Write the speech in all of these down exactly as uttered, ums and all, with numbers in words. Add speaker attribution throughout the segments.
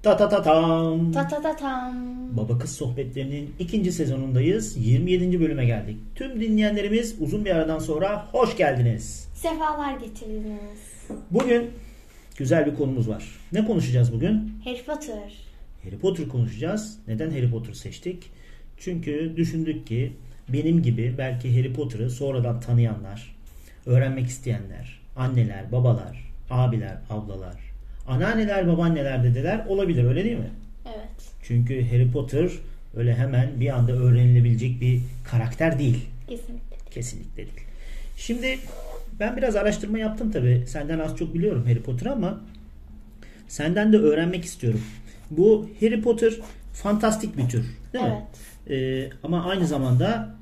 Speaker 1: Ta ta ta tam.
Speaker 2: Ta ta ta tam.
Speaker 1: Baba Kız Sohbetlerinin ikinci sezonundayız. yirmi yedinci bölüme geldik. Tüm dinleyenlerimiz uzun bir aradan sonra hoş geldiniz.
Speaker 2: Sefalar getirdiniz.
Speaker 1: Bugün güzel bir konumuz var. Ne konuşacağız bugün?
Speaker 2: Harry Potter.
Speaker 1: Harry Potter konuşacağız. Neden Harry Potter seçtik? Çünkü düşündük ki benim gibi belki Harry Potter'ı sonradan tanıyanlar, öğrenmek isteyenler, anneler, babalar, abiler, ablalar, anneanneler, babaanneler, dedeler olabilir, öyle değil mi?
Speaker 2: Evet.
Speaker 1: Çünkü Harry Potter öyle hemen bir anda öğrenilebilecek bir karakter değil.
Speaker 2: Kesinlikle.
Speaker 1: Kesinlikle değil. Şimdi ben biraz araştırma yaptım tabii. Senden az çok biliyorum Harry Potter'ı ama senden de öğrenmek istiyorum. Bu Harry Potter fantastik bir tür, değil mi?
Speaker 2: Evet.
Speaker 1: Ee, ama aynı zamanda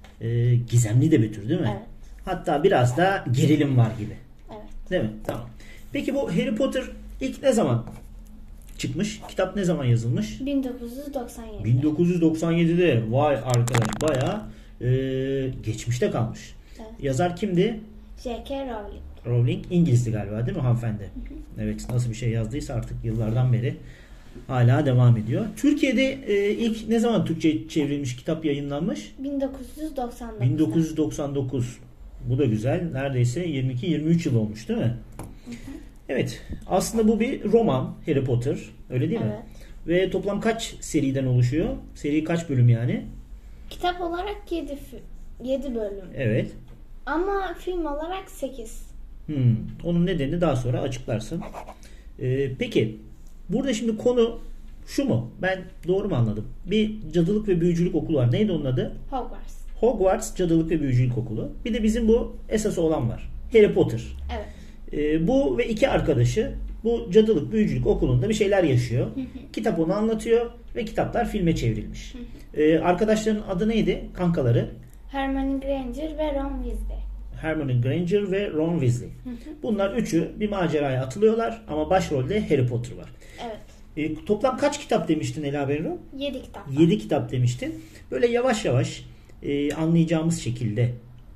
Speaker 1: e, gizemli de bir tür, değil mi?
Speaker 2: Evet.
Speaker 1: Hatta biraz da gerilim var gibi.
Speaker 2: Evet.
Speaker 1: Değil mi? Tamam. Peki bu Harry Potter ilk ne zaman çıkmış? Kitap ne zaman yazılmış?
Speaker 2: bin dokuz yüz doksan yedi.
Speaker 1: bin dokuz yüz doksan yedide. Vay arkadaş, bayağı e, geçmişte kalmış.
Speaker 2: Evet.
Speaker 1: Yazar kimdi?
Speaker 2: J K. Rowling.
Speaker 1: Rowling. İngilizdi galiba, değil mi hanımefendi? Hı hı. Evet, nasıl bir şey yazdıysa artık yıllardan beri hala devam ediyor. Türkiye'de e, ilk ne zaman Türkçe çevrilmiş kitap yayınlanmış?
Speaker 2: bin dokuz yüz doksan dokuz.
Speaker 1: bin dokuz yüz doksan dokuz. Bu da güzel. Neredeyse yirmi iki yirmi üç yıl olmuş, değil mi?
Speaker 2: Hı hı.
Speaker 1: Evet. Aslında bu bir roman, Harry Potter. Öyle değil mi?
Speaker 2: Evet.
Speaker 1: Ve toplam kaç seriden oluşuyor? Seri kaç bölüm yani?
Speaker 2: Kitap olarak yedi, yedi bölüm.
Speaker 1: Evet.
Speaker 2: Ama film olarak sekiz.
Speaker 1: Hmm. Onun nedenini daha sonra açıklarsın. Ee, peki burada şimdi konu şu mu? Ben doğru mu anladım? Bir cadılık ve büyücülük okulu var. Neydi onun adı?
Speaker 2: Hogwarts.
Speaker 1: Hogwarts Cadılık ve Büyücülük Okulu. Bir de bizim bu esası olan var. Harry Potter.
Speaker 2: Evet.
Speaker 1: Ee, bu ve iki arkadaşı bu Cadılık Büyücülük Okulu'nda bir şeyler yaşıyor. Kitap onu anlatıyor ve kitaplar filme çevrilmiş. Ee, arkadaşların adı neydi? Kankaları?
Speaker 2: Hermione Granger ve Ron Weasley.
Speaker 1: Hermione Granger ve Ron Weasley. Bunlar üçü bir maceraya atılıyorlar ama başrolde Harry Potter var.
Speaker 2: Evet.
Speaker 1: Ee, toplam kaç kitap demiştin Ela Berro?
Speaker 2: yedi kitap.
Speaker 1: yedi kitap demiştin. Böyle yavaş yavaş e, anlayacağımız şekilde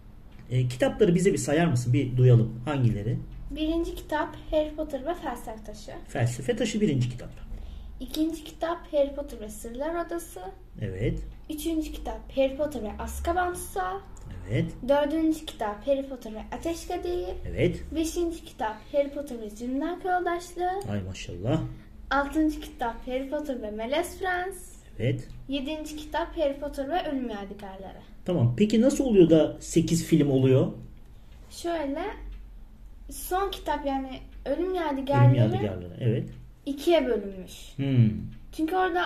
Speaker 1: e, kitapları bize bir sayar mısın? Bir duyalım. Hangileri?
Speaker 2: Birinci kitap Harry Potter ve Felsefe Taşı.
Speaker 1: Felsefe Taşı birinci kitap.
Speaker 2: İkinci kitap Harry Potter ve Sırlar Odası.
Speaker 1: Evet.
Speaker 2: Üçüncü kitap Harry Potter ve Azkaban Tutsağı.
Speaker 1: Evet.
Speaker 2: Dördüncü kitap Harry Potter ve Ateş Kadehi.
Speaker 1: Evet.
Speaker 2: Beşinci kitap Harry Potter ve Zindan Yoldaşlığı.
Speaker 1: Ay maşallah.
Speaker 2: Altıncı kitap Harry Potter ve Melez Prens.
Speaker 1: Evet.
Speaker 2: Yedinci kitap Harry Potter ve Ölüm Yadigarları.
Speaker 1: Tamam. Peki nasıl oluyor da sekiz film oluyor?
Speaker 2: Şöyle, son kitap yani Ölüm Yadigarları,
Speaker 1: Ölüm Yadigarları. Evet.
Speaker 2: ikiye bölünmüş.
Speaker 1: Hmm.
Speaker 2: Çünkü orada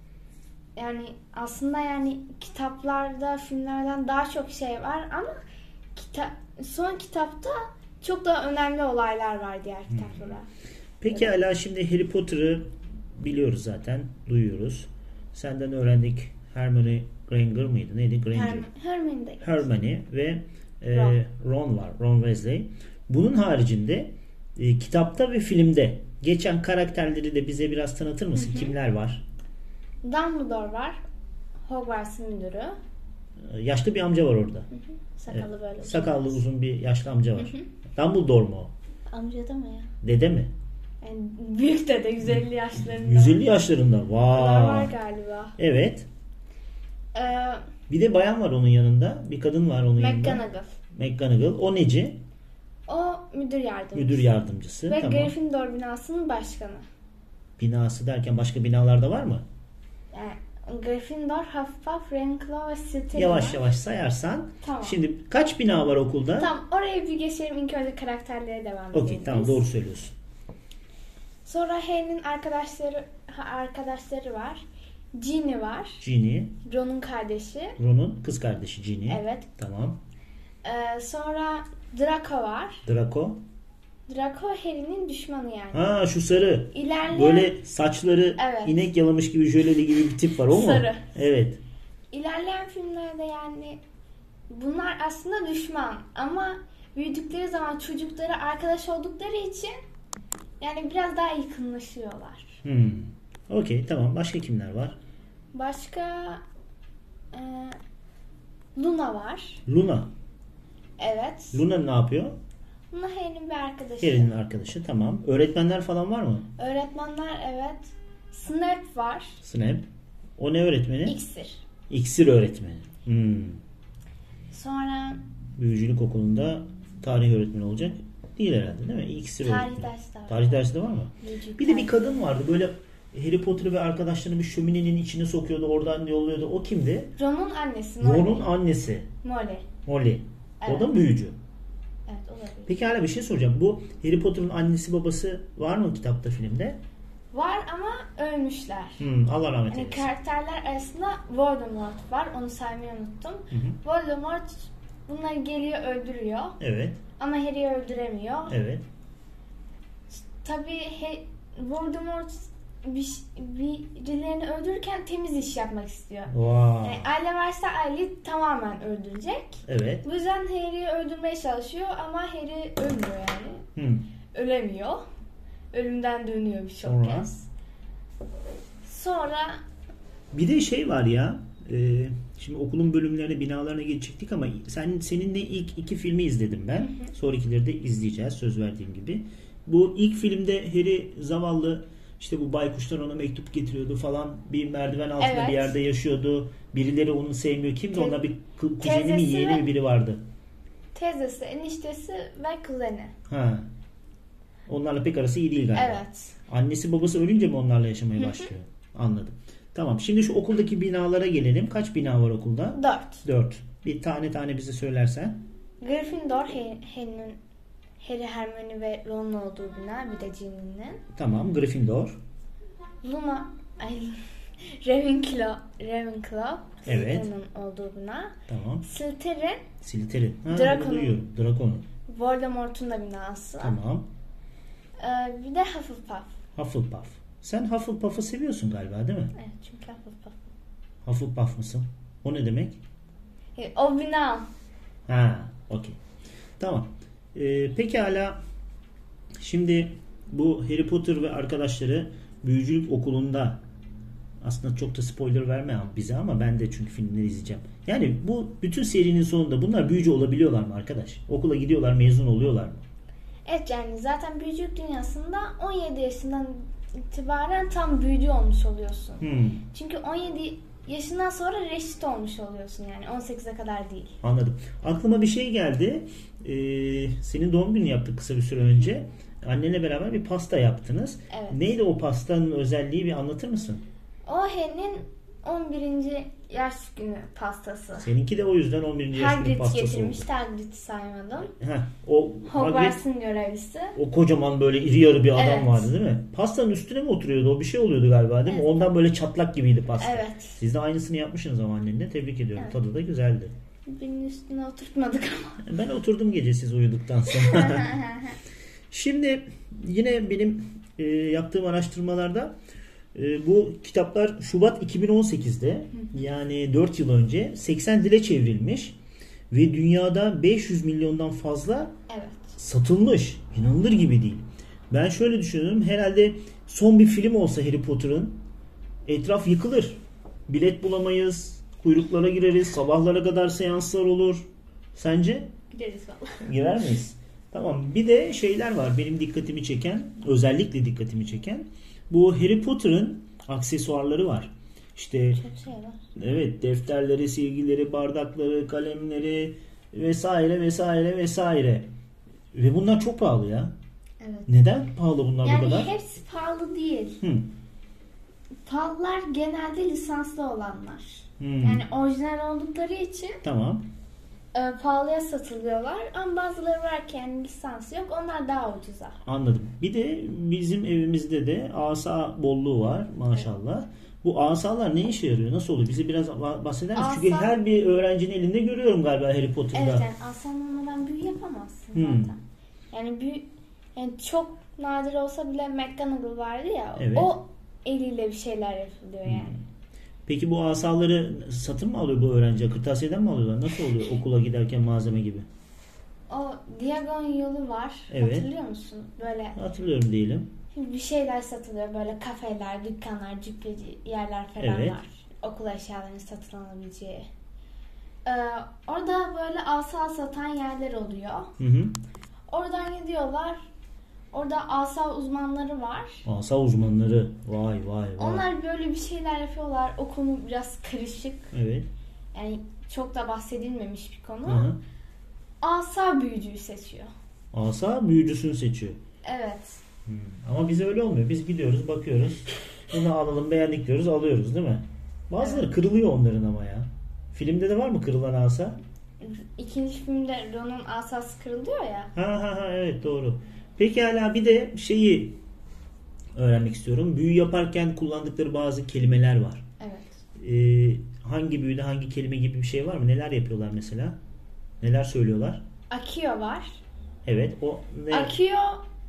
Speaker 2: yani aslında yani kitaplarda filmlerden daha çok şey var ama kita- son kitapta çok daha önemli olaylar var diğer kitaplara.
Speaker 1: Peki evet. Hala şimdi Harry Potter'ı biliyoruz zaten. Duyuyoruz. Senden öğrendik. Hermione Granger mıydı? Neydi? Granger.
Speaker 2: Herm- Hermione de.
Speaker 1: Hermione ve e,
Speaker 2: Ron.
Speaker 1: Ron var. Ron Weasley. Bunun haricinde e, kitapta ve filmde geçen karakterleri de bize biraz tanıtır mısın? Hı hı. Kimler var?
Speaker 2: Dumbledore var. Hogwarts'ın müdürü.
Speaker 1: E, yaşlı bir amca var orada. Hı
Speaker 2: hı. Sakalı evet. Böyle.
Speaker 1: Sakallı uzun bir yaşlı amca var. Hı hı. Dumbledore mu o?
Speaker 2: Amca da mı ya?
Speaker 1: Dede mi?
Speaker 2: Yani büyük dede yüz elli yaşlarında.
Speaker 1: yüz elli yaşlarında. Vay.
Speaker 2: Var galiba.
Speaker 1: Evet.
Speaker 2: Ee,
Speaker 1: bir de bayan var onun yanında. Bir kadın var onun yanında.
Speaker 2: McGonagall.
Speaker 1: McGonagall. O neci?
Speaker 2: O müdür yardımcısı.
Speaker 1: Müdür yardımcısı.
Speaker 2: Ve
Speaker 1: tamam.
Speaker 2: Gryffindor binasının başkanı.
Speaker 1: Binası derken başka binalarda var mı?
Speaker 2: Yani Gryffindor, Hufflepuff, Ravenclaw ve Slytherin.
Speaker 1: Yavaş yavaş sayarsan.
Speaker 2: Tamam.
Speaker 1: Şimdi kaç bina var okulda?
Speaker 2: Tamam, oraya bir geçelim. İlk önce karakterlere devam edelim.
Speaker 1: Okey, tamam, doğru söylüyorsun.
Speaker 2: Sonra Harry'nin arkadaşları arkadaşları var. Ginny var.
Speaker 1: Ginny.
Speaker 2: Ron'un kardeşi.
Speaker 1: Ron'un kız kardeşi Ginny.
Speaker 2: Evet.
Speaker 1: Tamam.
Speaker 2: Ee, sonra Draco var.
Speaker 1: Draco.
Speaker 2: Draco Harry'nin düşmanı yani.
Speaker 1: Ha, şu sarı.
Speaker 2: İlerleyen...
Speaker 1: Böyle saçları evet. inek yalamış gibi jöleli gibi bir tip var, o mu?
Speaker 2: Sarı.
Speaker 1: Evet.
Speaker 2: İlerleyen filmlerde yani bunlar aslında düşman ama büyüdükleri zaman çocukları arkadaş oldukları için yani biraz daha yakınlaşıyorlar.
Speaker 1: Hmm. Okey, tamam. Başka kimler var?
Speaker 2: Başka e, Luna var.
Speaker 1: Luna.
Speaker 2: Evet.
Speaker 1: Luna ne yapıyor?
Speaker 2: Luna Harry'nin bir arkadaşı.
Speaker 1: Harry'nin arkadaşı, tamam. Öğretmenler falan var mı?
Speaker 2: Öğretmenler evet. Snape var.
Speaker 1: Snape. O ne öğretmeni?
Speaker 2: İksir.
Speaker 1: İksir öğretmeni. Hmm.
Speaker 2: Sonra
Speaker 1: Büyücülük okulunda tarih öğretmeni olacak. Değil herhalde değil mi? İksir
Speaker 2: tarih
Speaker 1: öğretmeni.
Speaker 2: dersi de var.
Speaker 1: Tarih dersi de var mı?
Speaker 2: Büyücülük
Speaker 1: Bir de bir
Speaker 2: tarihi.
Speaker 1: kadın vardı. Böyle Harry Potter ve arkadaşlarını bir şöminenin içine sokuyordu. Oradan yolluyordu. O kimdi?
Speaker 2: Ron'un annesi. Molly.
Speaker 1: Ron'un annesi.
Speaker 2: Molly.
Speaker 1: Molly. O
Speaker 2: Evet.
Speaker 1: da büyücü.
Speaker 2: Evet, olabilir.
Speaker 1: Peki hala bir şey soracağım. Bu Harry Potter'ın annesi babası var mı kitapta, filmde?
Speaker 2: Var ama ölmüşler.
Speaker 1: Hmm, Allah rahmet
Speaker 2: Yani
Speaker 1: eylesin.
Speaker 2: karakterler arasında Voldemort var. Onu saymayı unuttum.
Speaker 1: Hı hı.
Speaker 2: Voldemort bunları geliyor öldürüyor.
Speaker 1: Evet.
Speaker 2: Ama Harry'i öldüremiyor.
Speaker 1: Evet.
Speaker 2: Tabii He- Voldemort bir, birilerini öldürürken temiz iş yapmak istiyor.
Speaker 1: Vay.
Speaker 2: Yani aile varsa aileyi tamamen öldürecek.
Speaker 1: Evet.
Speaker 2: Bu yüzden Harry'i öldürmeye çalışıyor ama Harry ölmüyor yani.
Speaker 1: Hmm.
Speaker 2: Ölemiyor. Ölümden dönüyor birçok
Speaker 1: Sonra?
Speaker 2: kez. Sonra
Speaker 1: Bir de şey var ya. E, şimdi okulun bölümlerine, binalarına geçecektik ama sen seninle ilk iki filmi izledim ben. Hı hı. Sonrakileri de izleyeceğiz söz verdiğim gibi. Bu ilk filmde Harry zavallı, işte bu baykuşlar ona mektup getiriyordu falan. Bir merdiven altında
Speaker 2: Evet.
Speaker 1: bir yerde yaşıyordu. Birileri onu sevmiyor. Kimdi?
Speaker 2: Te-
Speaker 1: Onda bir ku- kuzeni mi,
Speaker 2: teyzesi
Speaker 1: yeğeni
Speaker 2: ve-
Speaker 1: mi biri vardı.
Speaker 2: teyzesi, eniştesi ve kuzeni.
Speaker 1: Ha. Onlarla pek arası iyi değil galiba.
Speaker 2: Evet.
Speaker 1: Annesi babası ölünce mi onlarla yaşamaya başlıyor? Anladım. Tamam. Şimdi şu okuldaki binalara gelelim. Kaç bina var okulda?
Speaker 2: Dört.
Speaker 1: Dört. Bir tane tane bize söylersen.
Speaker 2: Gryffindor, Harry, Harry'nin Harry, Hermione ve Ron'un olduğu bina. Bir de Ginny'nin.
Speaker 1: Tamam. Gryffindor.
Speaker 2: Luna, ay, Ravenclaw, Ravenclaw,
Speaker 1: Evet.
Speaker 2: Slytherin'in olduğu bina.
Speaker 1: Tamam.
Speaker 2: Slytherin,
Speaker 1: Slytherin. Ha,
Speaker 2: Draco'nun.
Speaker 1: bunu duyuyorum. Draco'nun.
Speaker 2: Voldemort'un da binası.
Speaker 1: Tamam.
Speaker 2: Ee, bir de Hufflepuff.
Speaker 1: Hufflepuff. Sen Hufflepuff'ı seviyorsun galiba değil mi?
Speaker 2: Evet, çünkü Hufflepuff.
Speaker 1: Hufflepuff mısın? O ne demek?
Speaker 2: E, O bina.
Speaker 1: Ha, okey. Tamam. Ee, pekala. Şimdi bu Harry Potter ve arkadaşları büyücülük okulunda, aslında çok da spoiler verme bize ama ben de çünkü filmleri izleyeceğim. Yani bu bütün serinin sonunda bunlar büyücü olabiliyorlar mı arkadaş? Okula gidiyorlar, mezun oluyorlar mı?
Speaker 2: Evet, yani zaten büyücülük dünyasında on yedi yaşından itibaren tam büyücü olmuş oluyorsun.
Speaker 1: Hmm,
Speaker 2: Çünkü on yedi yaşından sonra reşit olmuş oluyorsun, yani on sekize kadar değil.
Speaker 1: anladım. Aklıma bir şey geldi. Ee, senin doğum günü yaptık kısa bir süre önce. Annenle beraber bir pasta yaptınız.
Speaker 2: Evet.
Speaker 1: Neydi o pastanın özelliği, bir anlatır mısın?
Speaker 2: O Harry'nin on birinci yaş günü pastası.
Speaker 1: Seninki de o yüzden on birinci yaş günü
Speaker 2: Hagrid
Speaker 1: pastası
Speaker 2: getirmişti,
Speaker 1: oldu.
Speaker 2: Hagrid'i saymadım.
Speaker 1: Heh, o Hagrid,
Speaker 2: Hogwarts'ın görevlisi.
Speaker 1: o kocaman böyle iri yarı bir adam
Speaker 2: Evet.
Speaker 1: vardı değil mi? Pastanın üstüne mi oturuyordu? O bir şey oluyordu galiba değil mi?
Speaker 2: Evet.
Speaker 1: Ondan böyle çatlak gibiydi pasta.
Speaker 2: Evet.
Speaker 1: Siz de aynısını yapmışsınız ama annenle. Tebrik ediyorum.
Speaker 2: Evet.
Speaker 1: Tadı da güzeldi.
Speaker 2: Birinin üstüne oturtmadık ama.
Speaker 1: Ben oturdum gece siz uyuduktan sonra. Şimdi yine benim e, yaptığım araştırmalarda e, bu kitaplar Şubat iki bin on sekizde, yani dört yıl önce seksen dile çevrilmiş ve dünyada beş yüz milyondan fazla
Speaker 2: Evet.
Speaker 1: satılmış. İnanılır gibi değil. Ben şöyle düşünüyorum. Herhalde son bir film olsa Harry Potter'ın, etraf yıkılır. Bilet bulamayız. Kuyruklara gireriz. Sabahlara kadar seanslar olur. Sence?
Speaker 2: Gideriz valla.
Speaker 1: Girer miyiz? Tamam. Bir de şeyler var benim dikkatimi çeken, özellikle dikkatimi çeken. Bu Harry Potter'ın aksesuarları var. İşte
Speaker 2: Çok şey var.
Speaker 1: evet, defterleri, silgileri, bardakları, kalemleri vesaire vesaire vesaire. Ve bunlar çok pahalı ya.
Speaker 2: Evet.
Speaker 1: Neden pahalı bunlar bu
Speaker 2: Yani
Speaker 1: kadar?
Speaker 2: hepsi pahalı değil.
Speaker 1: Hı.
Speaker 2: Pahalılar genelde lisanslı olanlar.
Speaker 1: Hmm.
Speaker 2: Yani orijinal oldukları için
Speaker 1: Tamam.
Speaker 2: e, pahalıya satılıyorlar. Ama bazıları var ki yani lisansı yok. Onlar daha ucuza.
Speaker 1: Anladım. Bir de bizim evimizde de asa bolluğu var maşallah. Bu asalar ne işe yarıyor? Nasıl oluyor? Bize biraz bahseder misin?
Speaker 2: Asa-
Speaker 1: Çünkü her bir öğrencinin elinde görüyorum galiba Harry Potter'da.
Speaker 2: Evet, yani asan olmadan büyü yapamazsın
Speaker 1: Hmm.
Speaker 2: zaten. Yani büyü, yani çok nadir olsa bile McGonagall vardı ya.
Speaker 1: Evet.
Speaker 2: O eliyle bir şeyler yapılıyor yani.
Speaker 1: Peki bu asaları satın mı alıyor bu öğrenci? Kırtasiyeden mi alıyorlar? Nasıl oluyor okula giderken malzeme gibi?
Speaker 2: O Diagon yolu var.
Speaker 1: Evet.
Speaker 2: Hatırlıyor musun? Böyle
Speaker 1: Hatırlıyorum diyelim.
Speaker 2: bir şeyler satılıyor. Böyle kafeler, dükkanlar, cübbeci yerler falan
Speaker 1: Evet.
Speaker 2: var. Okul eşyalarının satın alabileceği. Ee, orada böyle asa satan yerler oluyor.
Speaker 1: Hı hı.
Speaker 2: Oradan gidiyorlar. Orada asa uzmanları var.
Speaker 1: Asa uzmanları. Vay vay vay.
Speaker 2: Onlar böyle bir şeyler yapıyorlar. O konu biraz karışık.
Speaker 1: Evet.
Speaker 2: Yani çok da bahsedilmemiş bir konu.
Speaker 1: Hı hı.
Speaker 2: Asa büyücüyü seçiyor.
Speaker 1: Asa büyücüsünü seçiyor.
Speaker 2: Evet.
Speaker 1: Hmm. Ama bize öyle olmuyor. Biz gidiyoruz, bakıyoruz. Bunu alalım, beğendik diyoruz, alıyoruz değil mi? Bazıları evet. Kırılıyor onların ama ya. Filmde de var mı kırılan asa?
Speaker 2: İkinci filmde Ron'un asası kırılıyor ya.
Speaker 1: Ha ha ha evet doğru. Peki hala bir de şeyi öğrenmek istiyorum. Büyü yaparken kullandıkları bazı kelimeler var.
Speaker 2: Evet.
Speaker 1: Ee, hangi büyüde hangi kelime gibi bir şey var mı? Neler yapıyorlar mesela? Neler söylüyorlar?
Speaker 2: Akio var.
Speaker 1: Evet. O ne?
Speaker 2: Akio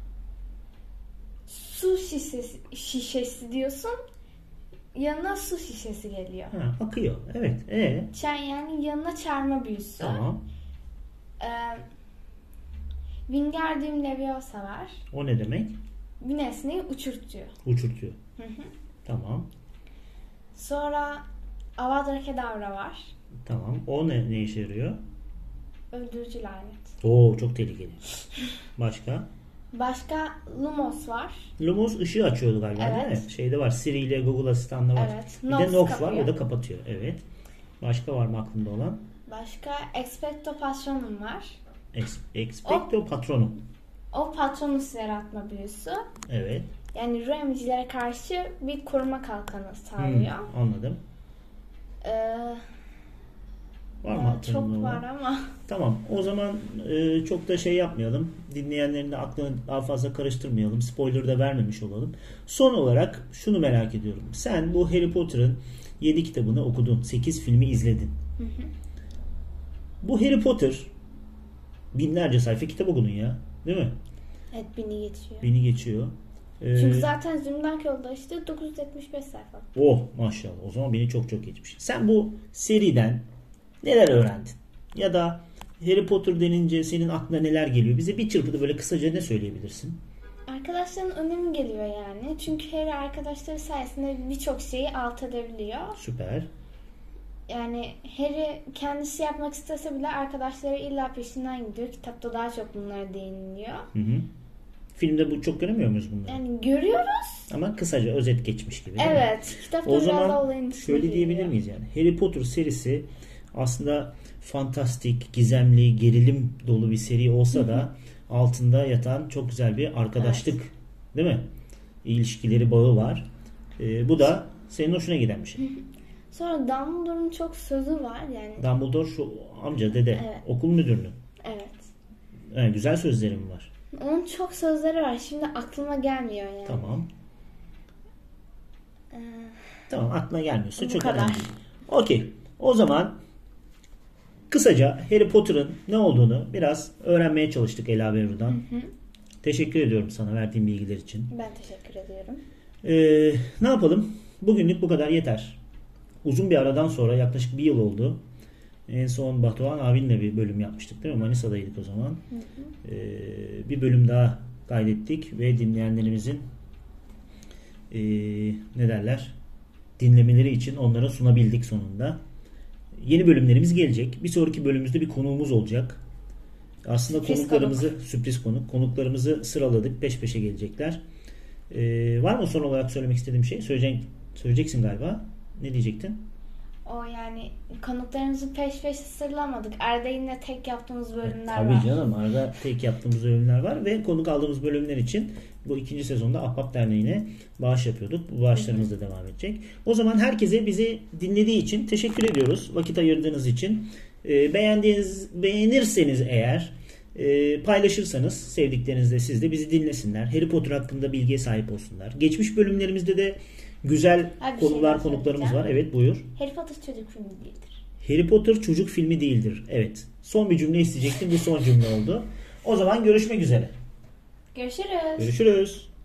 Speaker 2: su şişesi, şişesi diyorsun. Yanına su şişesi geliyor.
Speaker 1: Ha, akıyor. Evet. Ee?
Speaker 2: Yani yanına çağırma büyüsü.
Speaker 1: Tamam.
Speaker 2: Ee, Wingardium Leviosa var.
Speaker 1: O ne demek?
Speaker 2: Bir nesneyi uçurtuyor.
Speaker 1: Uçurtuyor.
Speaker 2: Hı hı.
Speaker 1: Tamam.
Speaker 2: Sonra Avada Kedavra var.
Speaker 1: Tamam. O ne, ne işe yarıyor?
Speaker 2: Öldürücü lanet.
Speaker 1: Oo çok tehlikeli. Başka?
Speaker 2: Başka Lumos var.
Speaker 1: Lumos ışığı açıyordu galiba
Speaker 2: evet.
Speaker 1: değil mi? Şeyde var. Siri ile Google Asistan'da var.
Speaker 2: Evet.
Speaker 1: Bir de Nox var. O da kapatıyor. Evet. Başka var mı aklında olan?
Speaker 2: Başka Expecto Patronum var.
Speaker 1: Ex- Expecto o, Patronum.
Speaker 2: O Patronus yaratma büyüsü.
Speaker 1: Evet.
Speaker 2: Yani ruh emicilere karşı bir koruma kalkanı sağlıyor.
Speaker 1: Hmm, anladım.
Speaker 2: Ee,
Speaker 1: var mı hatırlamda
Speaker 2: Çok
Speaker 1: olan?
Speaker 2: var ama.
Speaker 1: Tamam. O zaman e, çok da şey yapmayalım. Dinleyenlerin de aklını daha fazla karıştırmayalım. Spoiler da vermemiş olalım. Son olarak şunu merak ediyorum. Sen bu Harry Potter'ın yedi kitabını okudun. sekiz filmi izledin.
Speaker 2: Hı hı.
Speaker 1: Bu Harry Potter binlerce sayfa kitap okudun ya. Değil mi?
Speaker 2: Evet bini geçiyor.
Speaker 1: Bini geçiyor. Ee,
Speaker 2: Çünkü zaten Zümrüt Yolda işte dokuz yüz yetmiş beş sayfa.
Speaker 1: Oh maşallah. O zaman beni çok çok geçmiş. Sen bu seriden neler öğrendin? Ya da Harry Potter denince senin aklına neler geliyor? Bize bir çırpıda böyle kısaca ne söyleyebilirsin?
Speaker 2: Arkadaşların önemi geliyor yani. Çünkü Harry arkadaşları sayesinde birçok şeyi alt edebiliyor.
Speaker 1: Süper.
Speaker 2: Yani Harry kendisi yapmak istese bile arkadaşları illa peşinden gidiyor. Kitapta daha çok bunlara değiniliyor.
Speaker 1: Hı hı. Filmde bu çok göremiyor muyuz bunları?
Speaker 2: Yani görüyoruz.
Speaker 1: Ama kısaca özet geçmiş gibi.
Speaker 2: Evet. Kitapta
Speaker 1: o
Speaker 2: biraz
Speaker 1: zaman
Speaker 2: da olayın dışına
Speaker 1: şöyle diyebilir
Speaker 2: giriyor.
Speaker 1: miyiz yani? Harry Potter serisi aslında fantastik, gizemli, gerilim dolu bir seri olsa da hı hı. altında yatan çok güzel bir arkadaşlık, evet. değil mi? İlişkileri, bağı var. Ee, bu da senin hoşuna giden bir şey. Hı hı.
Speaker 2: Sonra Dumbledore'un çok sözü var yani.
Speaker 1: Dumbledore şu amca, dede,
Speaker 2: evet.
Speaker 1: okul müdürünün.
Speaker 2: Evet.
Speaker 1: Yani güzel sözlerim var.
Speaker 2: Onun çok sözleri var. Şimdi aklıma gelmiyor yani.
Speaker 1: Tamam.
Speaker 2: Ee,
Speaker 1: tamam aklına gelmiyorsa
Speaker 2: bu
Speaker 1: çok
Speaker 2: kadar.
Speaker 1: önemli. Okey. O zaman kısaca Harry Potter'ın ne olduğunu biraz öğrenmeye çalıştık Ela Berru'dan. Hı hı. Teşekkür ediyorum sana verdiğin bilgiler için.
Speaker 2: Ben teşekkür ediyorum.
Speaker 1: Ee, ne yapalım? Bugünlük bu kadar yeter. Uzun bir aradan sonra yaklaşık bir yıl oldu. En son Batuhan abinle bir bölüm yapmıştık değil mi? Manisa'daydık o zaman. Hı hı. Ee, bir bölüm daha kaydettik ve dinleyenlerimizin ee, ne derler? Dinlemeleri için onlara sunabildik sonunda. Yeni bölümlerimiz gelecek. Bir sonraki bölümümüzde bir konuğumuz olacak. Aslında sürpriz konuklarımızı konuk. sürpriz konuk. Konuklarımızı sıraladık. Peş peşe gelecekler. Ee, var mı son olarak söylemek istediğim şey? Söyleyeceksin, söyleyeceksin galiba. Ne diyecektin?
Speaker 2: O yani konuklarımızı peş peşe sırlamadık. Arada yine tek yaptığımız bölümler
Speaker 1: evet,
Speaker 2: tabii
Speaker 1: var.
Speaker 2: Tabii
Speaker 1: canım. Arada tek yaptığımız bölümler var ve konuk aldığımız bölümler için bu ikinci sezonda Ahbap Derneği'ne bağış yapıyorduk. Bu bağışlarımız da devam edecek. O zaman herkese bizi dinlediği için teşekkür ediyoruz. Vakit ayırdığınız için. Ee, beğendiğiniz, beğenirseniz eğer e, paylaşırsanız sevdiklerinizle siz de bizi dinlesinler. Harry Potter hakkında bilgiye sahip olsunlar. Geçmiş bölümlerimizde de güzel Abi konular, şey konuklarımız var. Evet buyur.
Speaker 2: Harry Potter çocuk filmi değildir.
Speaker 1: Harry Potter çocuk filmi değildir. Evet. Son bir cümle isteyecektim. Bu son cümle oldu. O zaman görüşmek üzere.
Speaker 2: Görüşürüz.
Speaker 1: Görüşürüz.